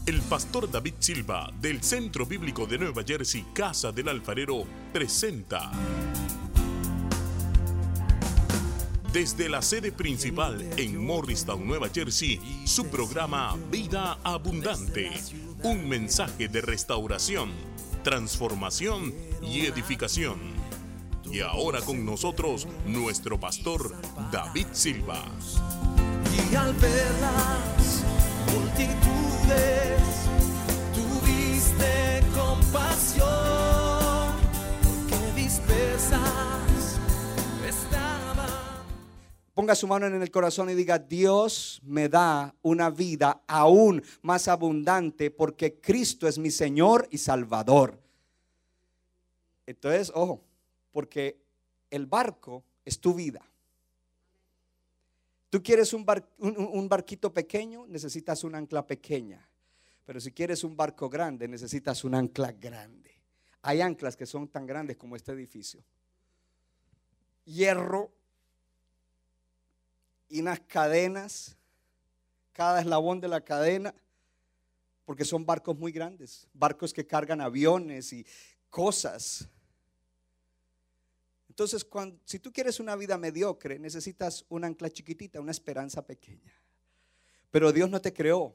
El pastor David Silva, del Centro Bíblico de Nueva Jersey, Casa del Alfarero, presenta desde la sede principal en Morristown, Nueva Jersey, su programa Vida Abundante. Un mensaje de restauración, transformación y edificación. Y ahora con nosotros, nuestro pastor David Silva. Y al ver las multitudes, tuviste compasión, porque dispersas estaban. Ponga su mano en el corazón y diga: Dios me da una vida aún más abundante porque Cristo es mi Señor y Salvador. Entonces, ojo, porque el barco es tu vida. Tú quieres un barquito pequeño, necesitas un ancla pequeña. Pero si quieres un barco grande, necesitas un ancla grande. Hay anclas que son tan grandes como este edificio. Hierro y unas cadenas, cada eslabón de la cadena, porque son barcos muy grandes, barcos que cargan aviones y cosas. Entonces, si tú quieres una vida mediocre, necesitas un ancla chiquitita, una esperanza pequeña. Pero Dios no te creó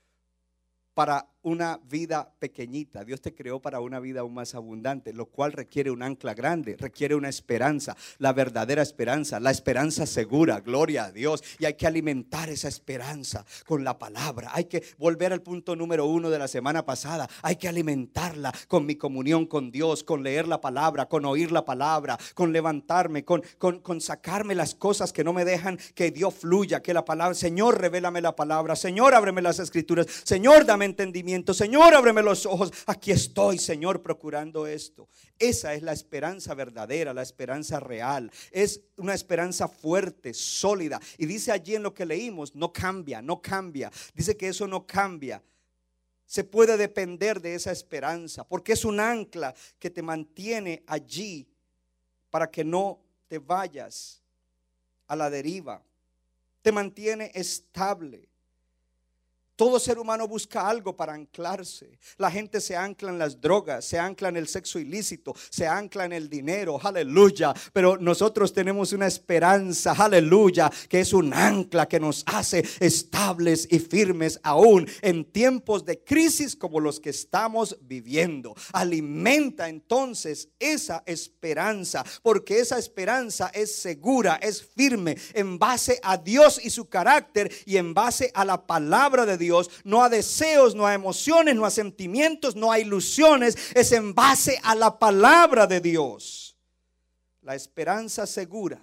para una vida pequeñita. Dios te creó para una vida aún más abundante, lo cual requiere un ancla grande, requiere una esperanza, la verdadera esperanza, la esperanza segura, gloria a Dios. Y hay que alimentar esa esperanza con la palabra. Hay que volver al punto número 1 de la semana pasada. Hay que alimentarla con mi comunión con Dios, con leer la palabra, con oír la palabra, con levantarme, con sacarme las cosas que no me dejan que Dios fluya, que la palabra, Señor, revélame la palabra, Señor, ábreme las escrituras, Señor, dame entendimiento, Señor, ábreme los ojos. Aquí estoy, Señor, procurando esto. Esa es la esperanza verdadera, la esperanza real. Es una esperanza fuerte, sólida. Y dice allí en lo que leímos, no cambia, no cambia. Dice que eso no cambia. Se puede depender de esa esperanza, porque es un ancla que te mantiene allí para que no te vayas a la deriva. Te mantiene estable. Todo ser humano busca algo para anclarse. La gente se ancla en las drogas, se ancla en el sexo ilícito, se ancla en el dinero, aleluya. Pero nosotros tenemos una esperanza, aleluya, que es un ancla que nos hace estables y firmes aún en tiempos de crisis como los que estamos viviendo. Alimenta entonces esa esperanza, porque esa esperanza es segura, es firme en base a Dios y su carácter y en base a la palabra de Dios. No a deseos, no a emociones, no a sentimientos, no a ilusiones. Es en base a la palabra de Dios. La esperanza segura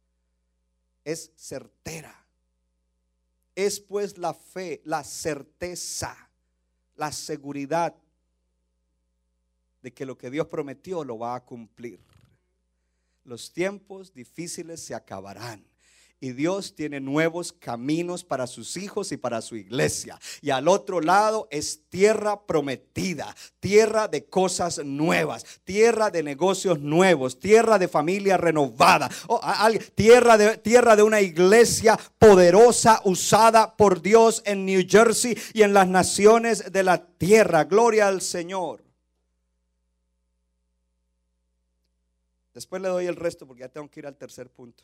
es certera. Es pues la fe, la certeza, la seguridad de que lo que Dios prometió lo va a cumplir. Los tiempos difíciles se acabarán. Y Dios tiene nuevos caminos para sus hijos y para su iglesia. Y al otro lado es tierra prometida, tierra de cosas nuevas, tierra de negocios nuevos, tierra de familia renovada, tierra de una iglesia poderosa usada por Dios en New Jersey y en las naciones de la tierra. Gloria al Señor. Después le doy el resto porque ya tengo que ir al tercer punto.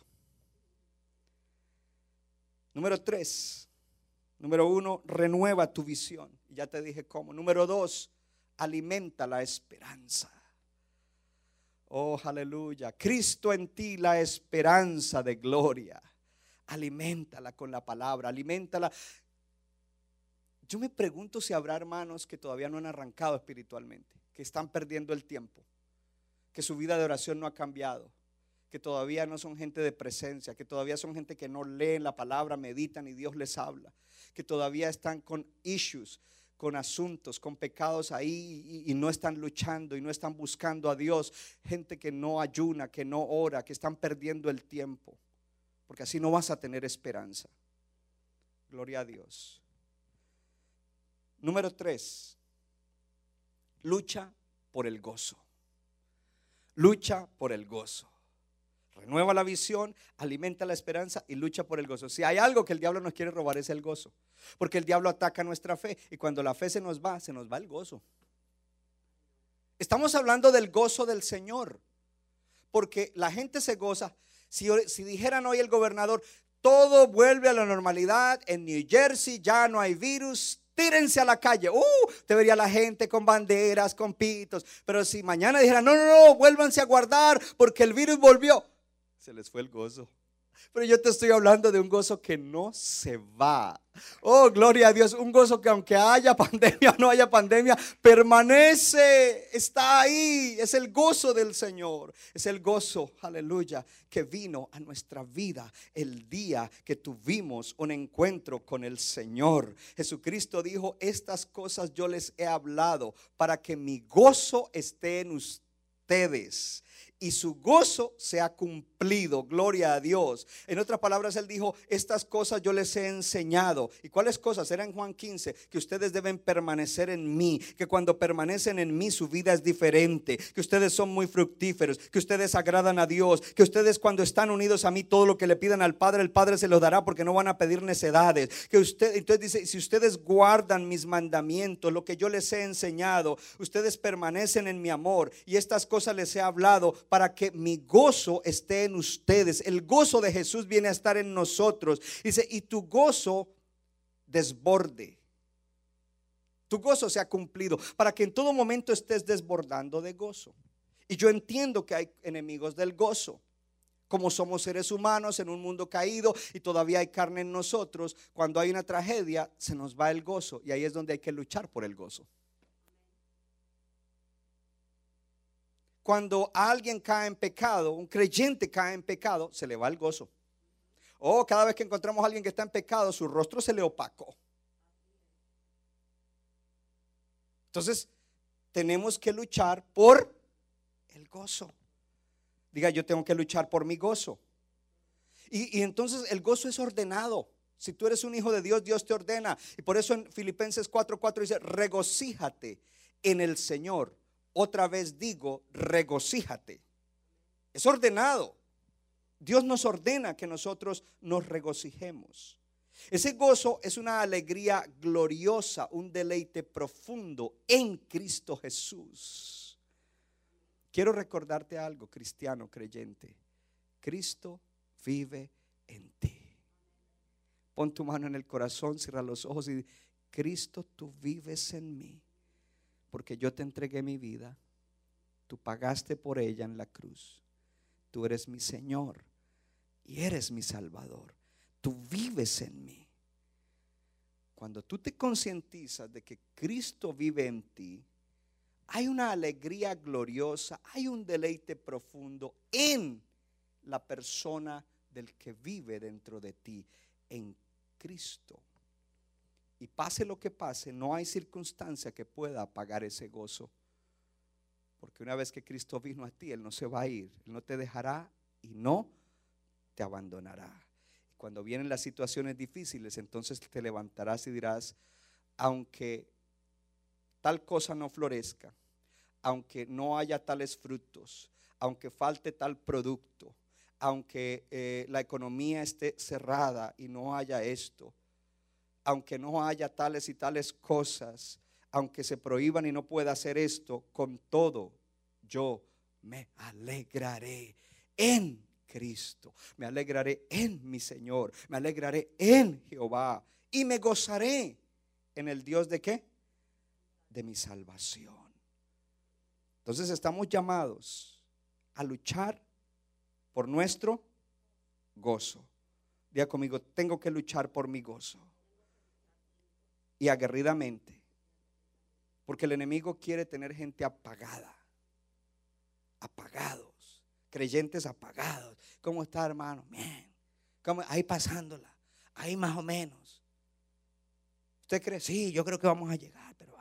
Número 3, número 1, renueva tu visión. Ya te dije cómo. Número 2, alimenta la esperanza. Oh, aleluya. Cristo en ti, la esperanza de gloria. Aliméntala con la palabra, aliméntala. Yo me pregunto si habrá hermanos que todavía no han arrancado espiritualmente, que están perdiendo el tiempo, que su vida de oración no ha cambiado, que todavía no son gente de presencia, que todavía son gente que no leen la palabra, meditan y Dios les habla, que todavía están con issues, con asuntos, con pecados ahí y no están luchando y no están buscando a Dios. Gente que no ayuna, que no ora, que están perdiendo el tiempo, porque así no vas a tener esperanza. Gloria a Dios. Número 3, lucha por el gozo. Lucha por el gozo. renueva la visión, alimenta la esperanza y lucha por el gozo. Si hay algo que el diablo nos quiere robar es el gozo, porque el diablo ataca nuestra fe y cuando la fe se nos va el gozo. Estamos hablando del gozo del Señor, porque la gente se goza. Si dijeran hoy el gobernador, todo vuelve a la normalidad en New Jersey, ya no hay virus, tírense a la calle. Te vería la gente con banderas, con pitos. Pero si mañana dijeran, no, vuélvanse a guardar porque el virus volvió, se les fue el gozo. Pero yo te estoy hablando de un gozo que no se va. Oh, gloria a Dios, un gozo que aunque haya pandemia o no haya pandemia, permanece, está ahí. Es el gozo del Señor. Es el gozo, aleluya, que vino a nuestra vida el día que tuvimos un encuentro con el Señor. Jesucristo dijo, estas cosas yo les he hablado para que mi gozo esté en ustedes y su gozo se ha cumplido, gloria a Dios. En otras palabras, él dijo, estas cosas yo les he enseñado. ¿Y cuáles cosas? Era en Juan 15, que ustedes deben permanecer en mí, que cuando permanecen en mí su vida es diferente, que ustedes son muy fructíferos, que ustedes agradan a Dios, que ustedes cuando están unidos a mí, todo lo que le pidan al Padre, el Padre se los dará porque no van a pedir necedades. Entonces dice, si ustedes guardan mis mandamientos, lo que yo les he enseñado, ustedes permanecen en mi amor y estas cosas les he hablado para que mi gozo esté en ustedes. El gozo de Jesús viene a estar en nosotros. Dice, y tu gozo desborde. Tu gozo se ha cumplido para que en todo momento estés desbordando de gozo. Y yo entiendo que hay enemigos del gozo. Como somos seres humanos en un mundo caído y todavía hay carne en nosotros, cuando hay una tragedia se nos va el gozo y ahí es donde hay que luchar por el gozo. Cuando alguien cae en pecado, un creyente cae en pecado, se le va el gozo. Cada vez que encontramos a alguien que está en pecado, su rostro se le opacó. Entonces, tenemos que luchar por el gozo. Diga, yo tengo que luchar por mi gozo. Y entonces el gozo es ordenado. Si tú eres un hijo de Dios, Dios te ordena. Y por eso en Filipenses 4:4 dice, regocíjate en el Señor. Otra vez digo, regocíjate. Es ordenado. Dios nos ordena que nosotros nos regocijemos. Ese gozo es una alegría gloriosa, un deleite profundo en Cristo Jesús. Quiero recordarte algo, cristiano creyente. Cristo vive en ti. Pon tu mano en el corazón, cierra los ojos y di, Cristo, tú vives en mí. Porque yo te entregué mi vida, tú pagaste por ella en la cruz, tú eres mi Señor y eres mi Salvador, tú vives en mí. Cuando tú te concientizas de que Cristo vive en ti, hay una alegría gloriosa, hay un deleite profundo en la persona del que vive dentro de ti, en Cristo. Y pase lo que pase, no hay circunstancia que pueda apagar ese gozo. Porque una vez que Cristo vino a ti, Él no se va a ir. Él no te dejará y no te abandonará. Y cuando vienen las situaciones difíciles, entonces te levantarás y dirás, aunque tal cosa no florezca, aunque no haya tales frutos, aunque falte tal producto, aunque la economía esté cerrada y no haya esto, aunque no haya tales y tales cosas, aunque se prohíban y no pueda hacer esto, con todo yo me alegraré en Cristo, me alegraré en mi Señor, me alegraré en Jehová y me gozaré en el Dios ¿de qué? De mi salvación. Entonces estamos llamados a luchar por nuestro gozo. Diga conmigo, tengo que luchar por mi gozo. Y aguerridamente, porque el enemigo quiere tener gente apagada, apagados, creyentes apagados. ¿Cómo está, hermano? Bien. Ahí pasándola, ahí más o menos. ¿Usted cree? Sí, yo creo que vamos a llegar, pero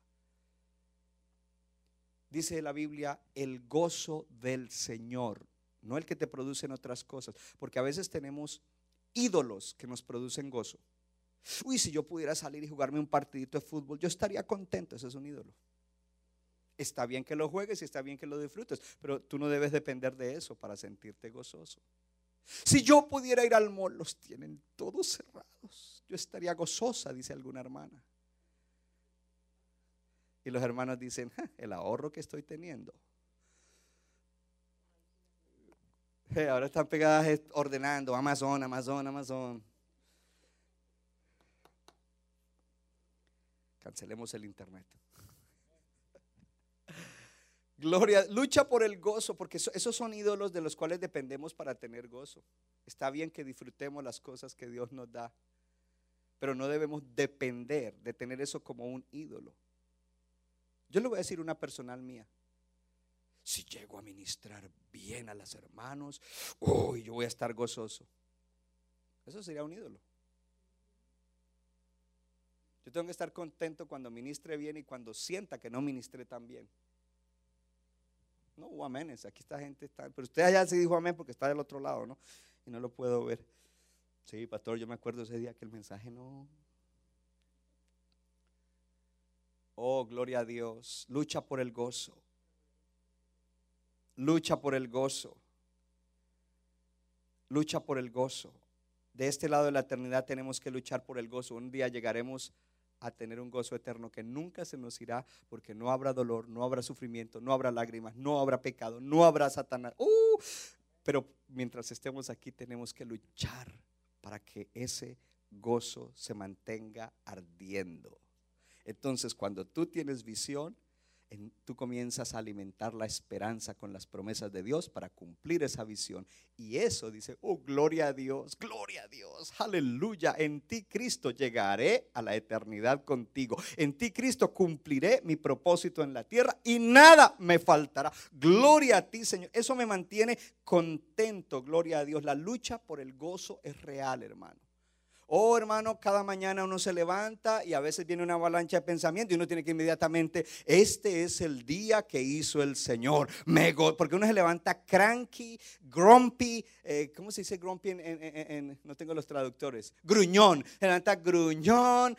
dice la Biblia, el gozo del Señor, no el que te producen otras cosas, porque a veces tenemos ídolos que nos producen gozo. Si yo pudiera salir y jugarme un partidito de fútbol, yo estaría contento. Ese es un ídolo. Está bien que lo juegues y está bien que lo disfrutes, pero tú no debes depender de eso para sentirte gozoso. Si yo pudiera ir al mall, los tienen todos cerrados, yo estaría gozosa, dice alguna hermana. Y los hermanos dicen, el ahorro que estoy teniendo. Ahora están pegadas ordenando, Amazon. Cancelemos el internet. Gloria, lucha por el gozo, porque esos son ídolos de los cuales dependemos para tener gozo. Está bien que disfrutemos las cosas que Dios nos da, pero no debemos depender de tener eso como un ídolo. Yo le voy a decir una personal mía. Si llego a ministrar bien a los hermanos, yo voy a estar gozoso. Eso sería un ídolo. Yo tengo que estar contento cuando ministre bien y cuando sienta que no ministré tan bien. No hubo amenes, aquí esta gente está, pero usted allá sí dijo amén porque está del otro lado, ¿no? Y no lo puedo ver. Sí, pastor, yo me acuerdo ese día que el mensaje no. Oh, gloria a Dios. Lucha por el gozo. Lucha por el gozo. Lucha por el gozo. De este lado de la eternidad tenemos que luchar por el gozo. Un día llegaremos a tener un gozo eterno que nunca se nos irá, porque no habrá dolor, no habrá sufrimiento, no habrá lágrimas, no habrá pecado, no habrá Satanás. Pero mientras estemos aquí tenemos que luchar para que ese gozo se mantenga ardiendo. Entonces, cuando tú tienes visión, tú comienzas a alimentar la esperanza con las promesas de Dios para cumplir esa visión. Y eso dice, gloria a Dios, aleluya. En ti, Cristo, llegaré a la eternidad contigo. En ti, Cristo, cumpliré mi propósito en la tierra y nada me faltará. Gloria a ti, Señor. Eso me mantiene contento, gloria a Dios. La lucha por el gozo es real, hermano. Hermano, cada mañana uno se levanta y a veces viene una avalancha de pensamiento y uno tiene que inmediatamente, este es el día que hizo el Señor. Porque uno se levanta cranky, grumpy, ¿cómo se dice grumpy no tengo los traductores? Gruñón, se levanta gruñón,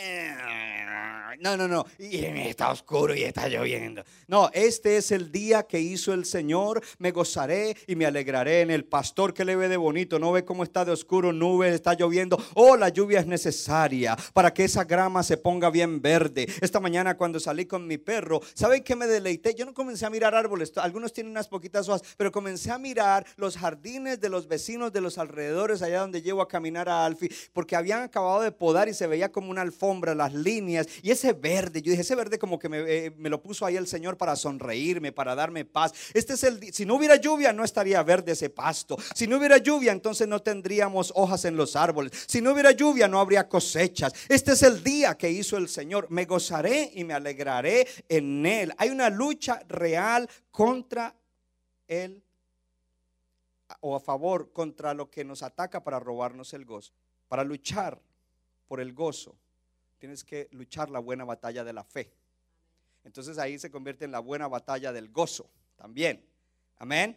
no, y está oscuro y está lloviendo. No, este es el día que hizo el Señor, me gozaré y me alegraré en el pastor. Que le ve de bonito, no ve cómo está de oscuro, nubes, está lloviendo. La lluvia es necesaria para que esa grama se ponga bien verde. Esta mañana cuando salí con mi perro, ¿saben qué me deleité? Yo no comencé a mirar árboles, algunos tienen unas poquitas hojas, pero comencé a mirar los jardines de los vecinos de los alrededores, allá donde llevo a caminar a Alfie, porque habían acabado de podar y se veía como una alfombra, las líneas, y ese verde, yo dije, ese verde como que me lo puso ahí el Señor para sonreírme, para darme paz. Si no hubiera lluvia no estaría verde ese pasto, si no hubiera lluvia entonces no tendríamos hojas en los árboles, si no hubiera lluvia no habría cosechas. Este es el día que hizo el Señor, me gozaré y me alegraré en él. Hay una lucha real contra él o a favor contra lo que nos ataca para robarnos el gozo. Para luchar por el gozo tienes que luchar la buena batalla de la fe. Entonces ahí se convierte en la buena batalla del gozo también. Amén.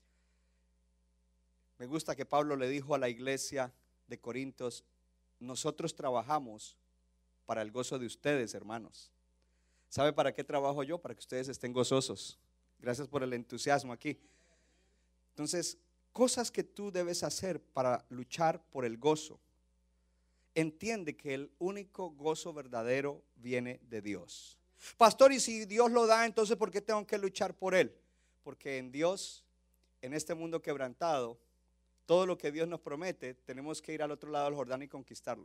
Me gusta que Pablo le dijo a la iglesia de Corintios, nosotros trabajamos para el gozo de ustedes, hermanos. ¿Sabe para qué trabajo yo? Para que ustedes estén gozosos. Gracias por el entusiasmo aquí. Entonces, cosas que tú debes hacer para luchar por el gozo. Entiende que el único gozo verdadero viene de Dios. Pastor, y si Dios lo da, entonces ¿por qué tengo que luchar por él? Porque en Dios, en este mundo quebrantado, todo lo que Dios nos promete, tenemos que ir al otro lado del Jordán y conquistarlo.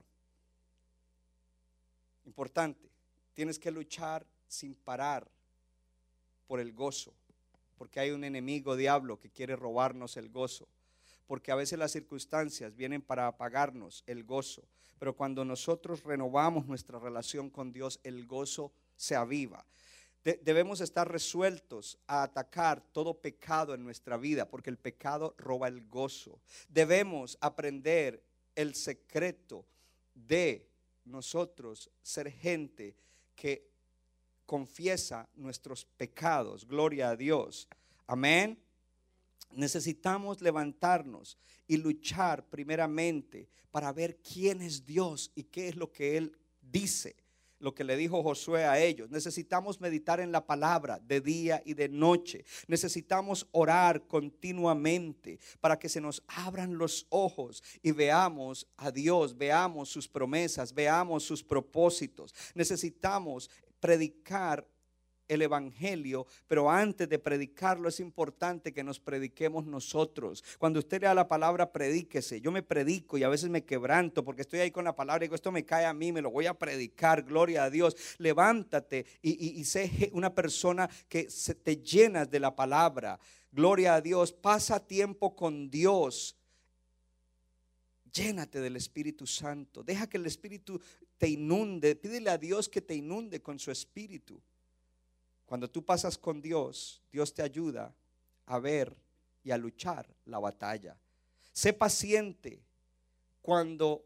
Importante, tienes que luchar sin parar por el gozo, porque hay un enemigo diablo que quiere robarnos el gozo, porque a veces las circunstancias vienen para apagarnos el gozo, pero cuando nosotros renovamos nuestra relación con Dios, el gozo se aviva. Debemos estar resueltos a atacar todo pecado en nuestra vida, porque el pecado roba el gozo. Debemos aprender el secreto de nosotros ser gente que confiesa nuestros pecados. Gloria a Dios. Amén. Necesitamos levantarnos y luchar primeramente para ver quién es Dios y qué es lo que Él dice. lo que le dijo Josué a ellos. Necesitamos meditar en la palabra de día y de noche. Necesitamos orar continuamente para que se nos abran los ojos y veamos a Dios, veamos sus promesas, veamos sus propósitos. Necesitamos predicar el evangelio, pero antes de predicarlo es importante que nos prediquemos nosotros. Cuando usted lea la palabra, predíquese. Yo me predico y a veces me quebranto porque estoy ahí con la palabra y digo, esto me cae a mí, me lo voy a predicar, gloria a Dios. Levántate y sé una persona que te llenas de la palabra, gloria a Dios. Pasa tiempo con Dios. Llénate del Espíritu Santo, deja que el Espíritu te inunde, pídele a Dios que te inunde con su Espíritu. Cuando tú pasas con Dios, Dios te ayuda a ver y a luchar la batalla. Sé paciente cuando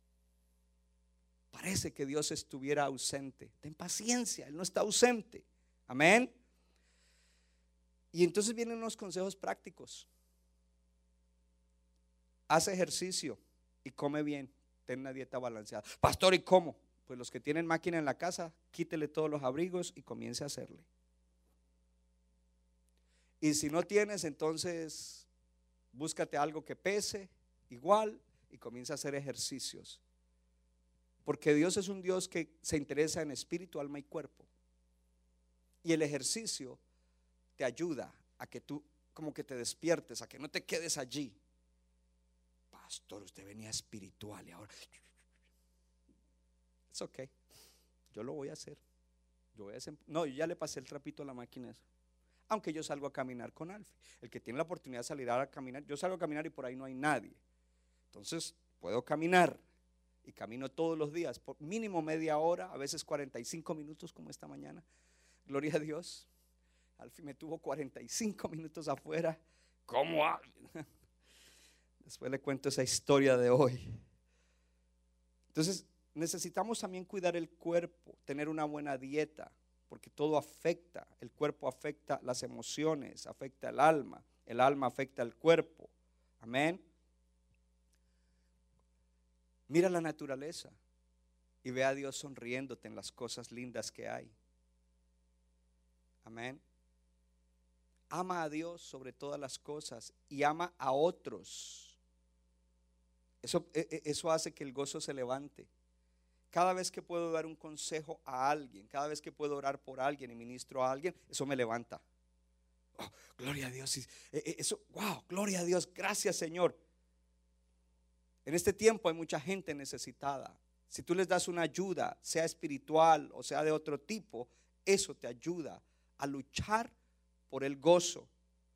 parece que Dios estuviera ausente. Ten paciencia, Él no está ausente. Amén. Y entonces vienen unos consejos prácticos. Haz ejercicio y come bien. Ten una dieta balanceada. Pastor, ¿y cómo? Pues los que tienen máquina en la casa, quítele todos los abrigos y comience a hacerle. Y si no tienes, entonces búscate algo que pese igual y comienza a hacer ejercicios. Porque Dios es un Dios que se interesa en espíritu, alma y cuerpo. Y el ejercicio te ayuda a que tú como que te despiertes, a que no te quedes allí. Pastor, usted venía espiritual y ahora es ok, yo lo voy a hacer. No, yo ya le pasé el trapito a la máquina esa. Aunque yo salgo a caminar con Alfie. El que tiene la oportunidad de salir a caminar, yo salgo a caminar y por ahí no hay nadie. Entonces puedo caminar y camino todos los días, por mínimo media hora, a veces 45 minutos como esta mañana. Gloria a Dios. Alfie me tuvo 45 minutos afuera. ¿Cómo? Después le cuento esa historia de hoy. Entonces necesitamos también cuidar el cuerpo, tener una buena dieta. Porque todo afecta, el cuerpo afecta las emociones, afecta el alma afecta el cuerpo. Amén. Mira la naturaleza y ve a Dios sonriéndote en las cosas lindas que hay. Amén. Ama a Dios sobre todas las cosas y ama a otros. Eso hace que el gozo se levante. Cada vez que puedo dar un consejo a alguien, cada vez que puedo orar por alguien y ministro a alguien, eso me levanta. Oh, gloria a Dios. Eso, wow, gloria a Dios. Gracias, Señor. En este tiempo hay mucha gente necesitada. Si tú les das una ayuda, sea espiritual o sea de otro tipo, eso te ayuda a luchar por el gozo.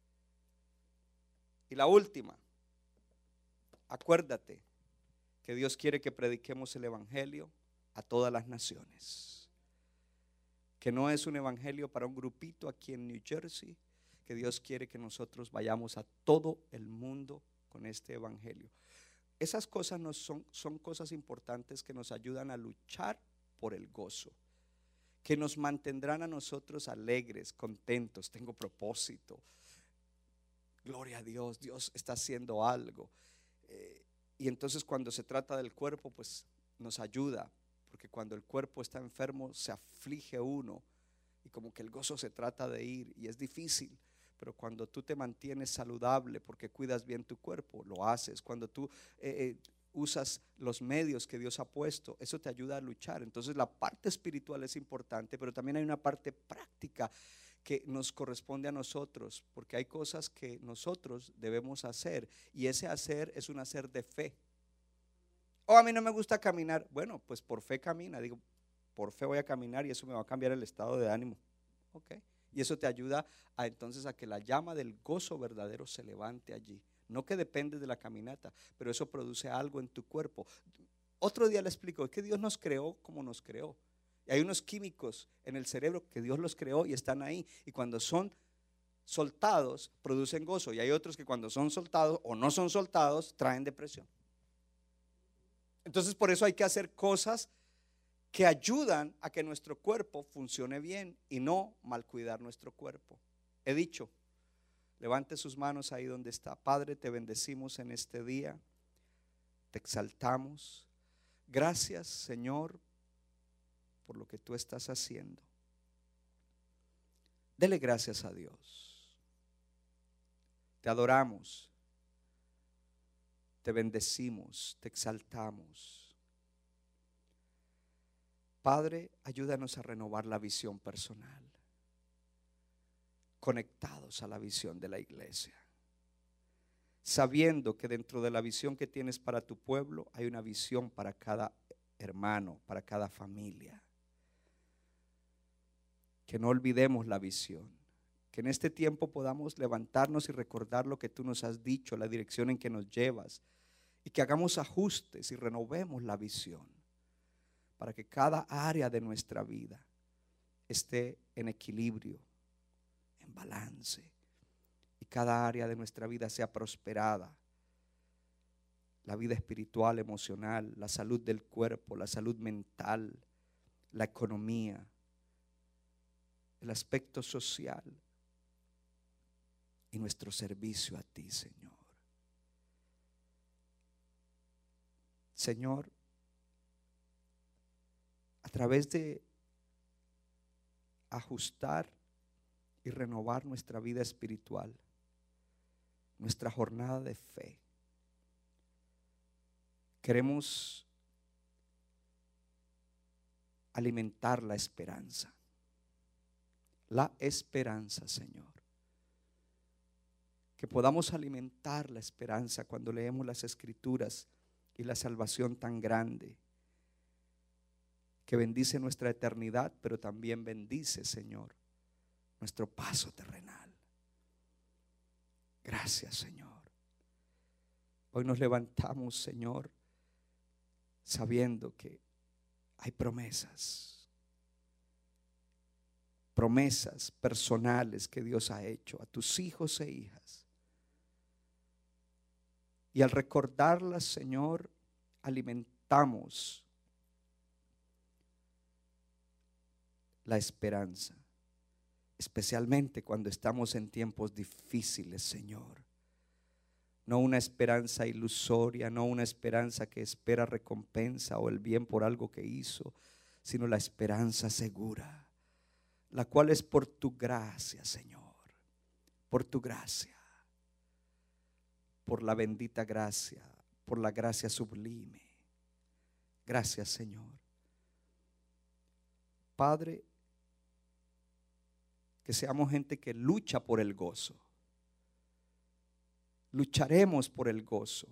Y la última, acuérdate que Dios quiere que prediquemos el evangelio a todas las naciones, que no es un evangelio para un grupito aquí en New Jersey, que Dios quiere que nosotros vayamos a todo el mundo con este evangelio. Esas cosas son cosas importantes que nos ayudan a luchar por el gozo, que nos mantendrán a nosotros alegres, contentos. Tengo propósito, gloria a Dios, Dios está haciendo algo. Y entonces cuando se trata del cuerpo, pues nos ayuda. Porque cuando el cuerpo está enfermo se aflige uno y como que el gozo se trata de ir y es difícil. Pero cuando tú te mantienes saludable porque cuidas bien tu cuerpo, lo haces. Cuando tú usas los medios que Dios ha puesto, eso te ayuda a luchar. Entonces la parte espiritual es importante, pero también hay una parte práctica que nos corresponde a nosotros, porque hay cosas que nosotros debemos hacer y ese hacer es un hacer de fe. Oh, a mí no me gusta caminar. Bueno, pues por fe camina. Digo, por fe voy a caminar y eso me va a cambiar el estado de ánimo. Ok. Y eso te ayuda entonces a que la llama del gozo verdadero se levante allí. No que depende de la caminata, pero eso produce algo en tu cuerpo. Otro día le explico, es que Dios nos creó como nos creó. Y hay unos químicos en el cerebro que Dios los creó y están ahí. Y cuando son soltados, producen gozo. Y hay otros que cuando son soltados o no son soltados, traen depresión. Entonces por eso hay que hacer cosas que ayudan a que nuestro cuerpo funcione bien y no malcuidar nuestro cuerpo. He dicho, levante sus manos ahí donde está. Padre, te bendecimos en este día, te exaltamos. Gracias, Señor, por lo que tú estás haciendo. Dele gracias a Dios. Te adoramos, te bendecimos, te exaltamos. Padre, ayúdanos a renovar la visión personal, conectados a la visión de la iglesia, sabiendo que dentro de la visión que tienes para tu pueblo hay una visión para cada hermano, para cada familia. Que no olvidemos la visión, que en este tiempo podamos levantarnos y recordar lo que tú nos has dicho, la dirección en que nos llevas, y que hagamos ajustes y renovemos la visión para que cada área de nuestra vida esté en equilibrio, en balance, y cada área de nuestra vida sea prosperada. La vida espiritual, emocional, la salud del cuerpo, la salud mental, la economía, el aspecto social y nuestro servicio a ti, Señor. Señor, a través de ajustar y renovar nuestra vida espiritual, nuestra jornada de fe, queremos alimentar la esperanza. La esperanza, Señor. Que podamos alimentar la esperanza cuando leemos las Escrituras y la salvación tan grande que bendice nuestra eternidad, pero también bendice, Señor, nuestro paso terrenal. Gracias, Señor. Hoy nos levantamos, Señor, sabiendo que hay promesas personales que Dios ha hecho a tus hijos e hijas. Y al recordarlas, Señor, alimentamos la esperanza, especialmente cuando estamos en tiempos difíciles, Señor. No una esperanza ilusoria, no una esperanza que espera recompensa o el bien por algo que hizo, sino la esperanza segura, la cual es por tu gracia, Señor, por tu gracia, por la bendita gracia, por la gracia sublime. Gracias, Señor. Padre, que seamos gente que lucha por el gozo. Lucharemos por el gozo.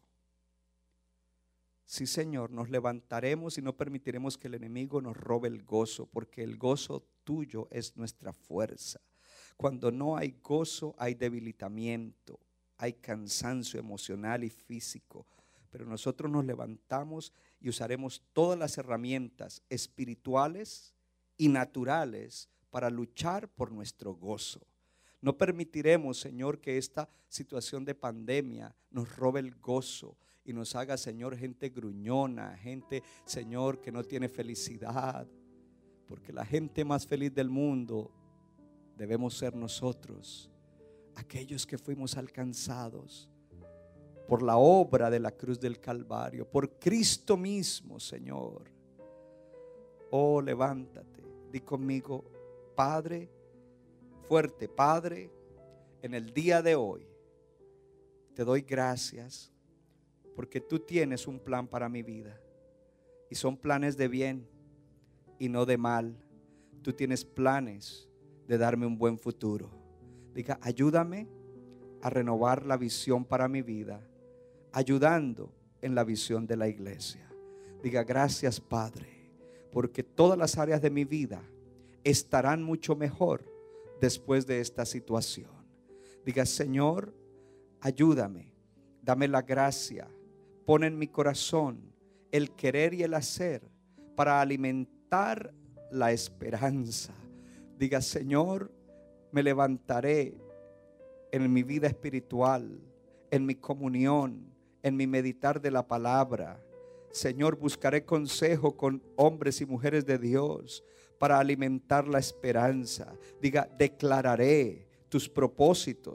Sí, Señor, nos levantaremos y no permitiremos que el enemigo nos robe el gozo, porque el gozo tuyo es nuestra fuerza. Cuando no hay gozo, hay debilitamiento, hay cansancio emocional y físico. Pero nosotros nos levantamos y usaremos todas las herramientas espirituales y naturales para luchar por nuestro gozo. No permitiremos, Señor, que esta situación de pandemia nos robe el gozo y nos haga, Señor, gente gruñona, gente, Señor, que no tiene felicidad. Porque la gente más feliz del mundo debemos ser nosotros, aquellos que fuimos alcanzados por la obra de la cruz del Calvario, por Cristo mismo, Señor. Oh, levántate, di conmigo, Padre, fuerte, Padre, en el día de hoy te doy gracias porque tú tienes un plan para mi vida y son planes de bien y no de mal. Tú tienes planes de darme un buen futuro. Diga, ayúdame a renovar la visión para mi vida, ayudando en la visión de la iglesia. Diga, gracias, Padre, porque todas las áreas de mi vida estarán mucho mejor después de esta situación. Diga, Señor, ayúdame, dame la gracia, pon en mi corazón el querer y el hacer para alimentar la esperanza. Diga, Señor, me levantaré en mi vida espiritual, en mi comunión, en mi meditar de la palabra. Señor, buscaré consejo con hombres y mujeres de Dios para alimentar la esperanza. Diga, declararé tus propósitos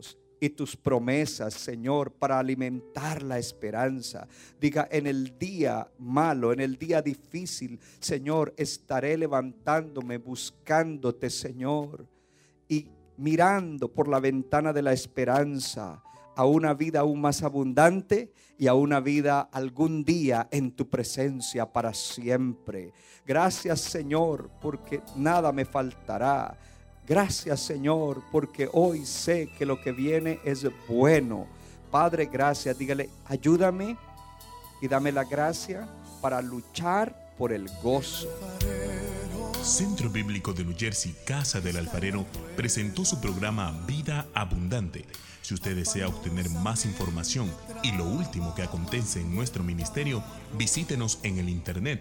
y tus promesas, Señor, para alimentar la esperanza. Diga, en el día malo, en el día difícil, Señor, estaré levantándome, buscándote, Señor, y mirando por la ventana de la esperanza a una vida aún más abundante y a una vida algún día en tu presencia para siempre. Gracias, Señor, porque nada me faltará. Gracias, Señor, porque hoy sé que lo que viene es bueno. Padre, gracias. Dígale, ayúdame y dame la gracia para luchar por el gozo. Centro Bíblico de New Jersey, Casa del Alfarero, presentó su programa Vida Abundante. Si usted desea obtener más información y lo último que acontece en nuestro ministerio, visítenos en el internet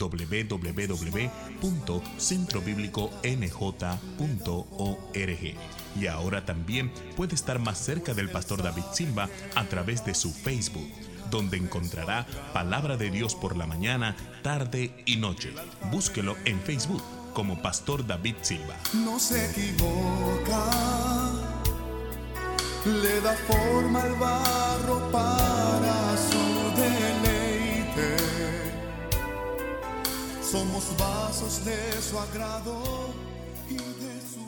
www.centrobibliconj.org. Y ahora también puede estar más cerca del pastor David Silva a través de su Facebook, donde encontrará palabra de Dios por la mañana, tarde y noche. Búsquelo en Facebook como Pastor David Silva. No se equivoca, le da forma al barro para su deleite. Somos vasos de su agrado y de su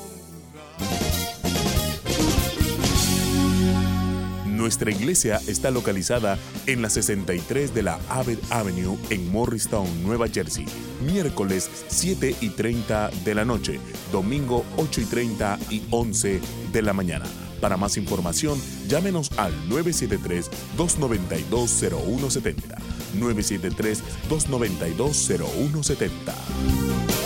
honra. Nuestra iglesia está localizada en la 63 de la Abbott Avenue en Morristown, Nueva Jersey. Miércoles 7:30 de la noche, domingo 8:30 y 11 de la mañana. Para más información, llámenos al 973-292-0170. 973-292-0170.